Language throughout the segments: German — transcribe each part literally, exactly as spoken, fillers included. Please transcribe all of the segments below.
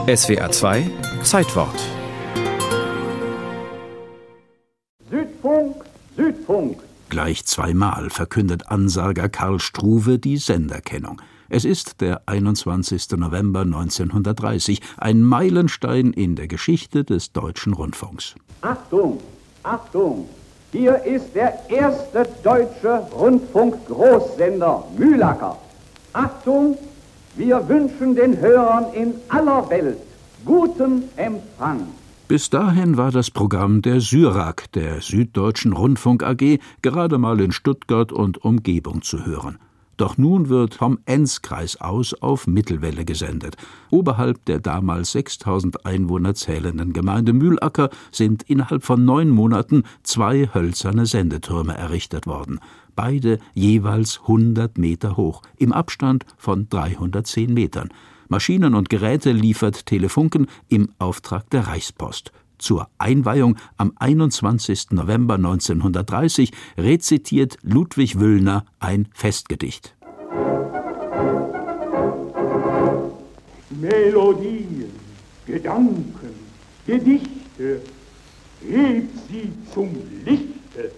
S W R zwei Zeitwort. Südfunk, Südfunk. Gleich zweimal verkündet Ansager Karl Struve die Senderkennung. Es ist der einundzwanzigster November neunzehnhundertdreißig, ein Meilenstein in der Geschichte des deutschen Rundfunks. Achtung, Achtung, hier ist der erste deutsche Rundfunk-Großsender Mühlacker. Achtung, wir wünschen den Hörern in aller Welt guten Empfang. Bis dahin war das Programm der Syrak, der Süddeutschen Rundfunk A G, gerade mal in Stuttgart und Umgebung zu hören. Doch nun wird vom Enzkreis aus auf Mittelwelle gesendet. Oberhalb der damals sechstausend Einwohner zählenden Gemeinde Mühlacker sind innerhalb von neun Monaten zwei hölzerne Sendetürme errichtet worden. Beide jeweils hundert Meter hoch, im Abstand von dreihundertzehn Metern. Maschinen und Geräte liefert Telefunken im Auftrag der Reichspost. Zur Einweihung am einundzwanzigsten November neunzehnhundertdreißig rezitiert Ludwig Wüllner ein Festgedicht. Melodien, Gedanken, Gedichte, hebt sie zum Lichte.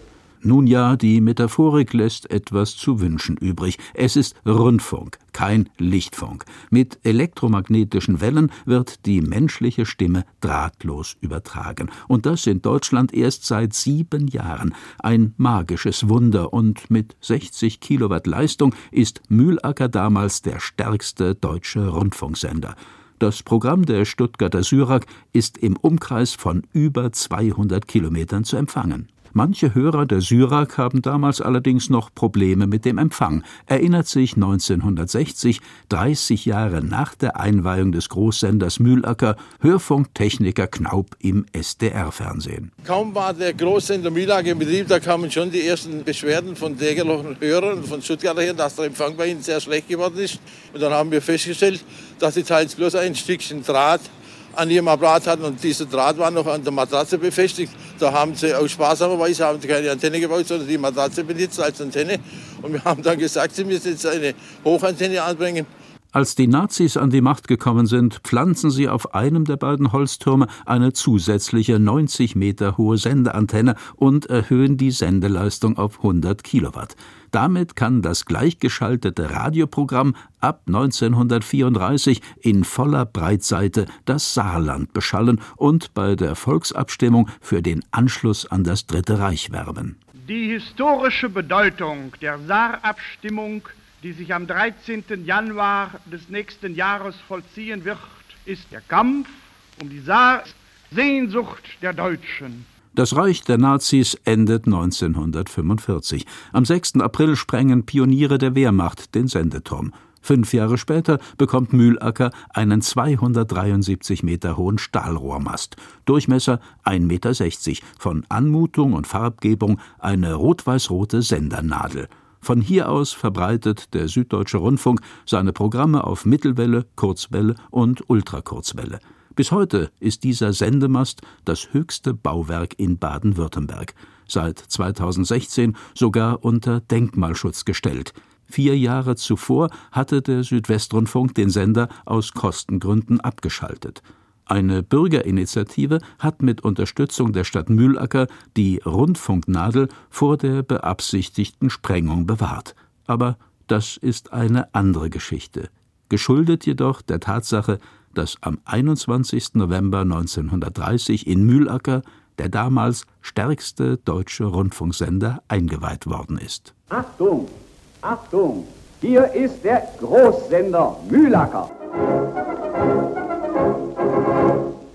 Nun ja, die Metaphorik lässt etwas zu wünschen übrig. Es ist Rundfunk, kein Lichtfunk. Mit elektromagnetischen Wellen wird die menschliche Stimme drahtlos übertragen. Und das in Deutschland erst seit sieben Jahren. Ein magisches Wunder. Und mit sechzig Kilowatt Leistung ist Mühlacker damals der stärkste deutsche Rundfunksender. Das Programm der Stuttgarter Syrak ist im Umkreis von über zweihundert Kilometern zu empfangen. Manche Hörer der Syrak haben damals allerdings noch Probleme mit dem Empfang, erinnert sich neunzehnhundertsechzig, dreißig Jahre nach der Einweihung des Großsenders Mühlacker, Hörfunktechniker Knaup im S D R-Fernsehen. Kaum war der Großsender Mühlacker in Betrieb, da kamen schon die ersten Beschwerden von Degerloch Hörern, von Stuttgarter her, dass der Empfang bei ihnen sehr schlecht geworden ist. Und dann haben wir festgestellt, dass sie teils bloß ein Stückchen Draht an ihrem Apparat hatten und dieser Draht war noch an der Matratze befestigt. Da haben sie aus sparsamerweise haben sie keine Antenne gebaut, sondern die Matratze benutzt als Antenne. Und wir haben dann gesagt, sie müssen jetzt eine Hochantenne anbringen. Als die Nazis an die Macht gekommen sind, pflanzen sie auf einem der beiden Holztürme eine zusätzliche neunzig Meter hohe Sendeantenne und erhöhen die Sendeleistung auf hundert Kilowatt. Damit kann das gleichgeschaltete Radioprogramm ab neunzehnhundertvierunddreißig in voller Breitseite das Saarland beschallen und bei der Volksabstimmung für den Anschluss an das Dritte Reich werben. Die historische Bedeutung der Saarabstimmung, die sich am dreizehnten Januar des nächsten Jahres vollziehen wird, ist der Kampf um die Saar, Sehnsucht der Deutschen. Das Reich der Nazis endet neunzehnhundertfünfundvierzig. Am sechsten April sprengen Pioniere der Wehrmacht den Sendeturm. Fünf Jahre später bekommt Mühlacker einen zweihundertdreiundsiebzig Meter hohen Stahlrohrmast. Durchmesser ein Meter sechzig, von Anmutung und Farbgebung eine rot-weiß-rote Sendernadel. Von hier aus verbreitet der Süddeutsche Rundfunk seine Programme auf Mittelwelle, Kurzwelle und Ultrakurzwelle. Bis heute ist dieser Sendemast das höchste Bauwerk in Baden-Württemberg. Seit zweitausendsechzehn sogar unter Denkmalschutz gestellt. Vier Jahre zuvor hatte der Südwestrundfunk den Sender aus Kostengründen abgeschaltet. Eine Bürgerinitiative hat mit Unterstützung der Stadt Mühlacker die Rundfunknadel vor der beabsichtigten Sprengung bewahrt. Aber das ist eine andere Geschichte. Geschuldet jedoch der Tatsache, dass am einundzwanzigsten November neunzehnhundertdreißig in Mühlacker der damals stärkste deutsche Rundfunksender eingeweiht worden ist. Achtung, Achtung, hier ist der Großsender Mühlacker.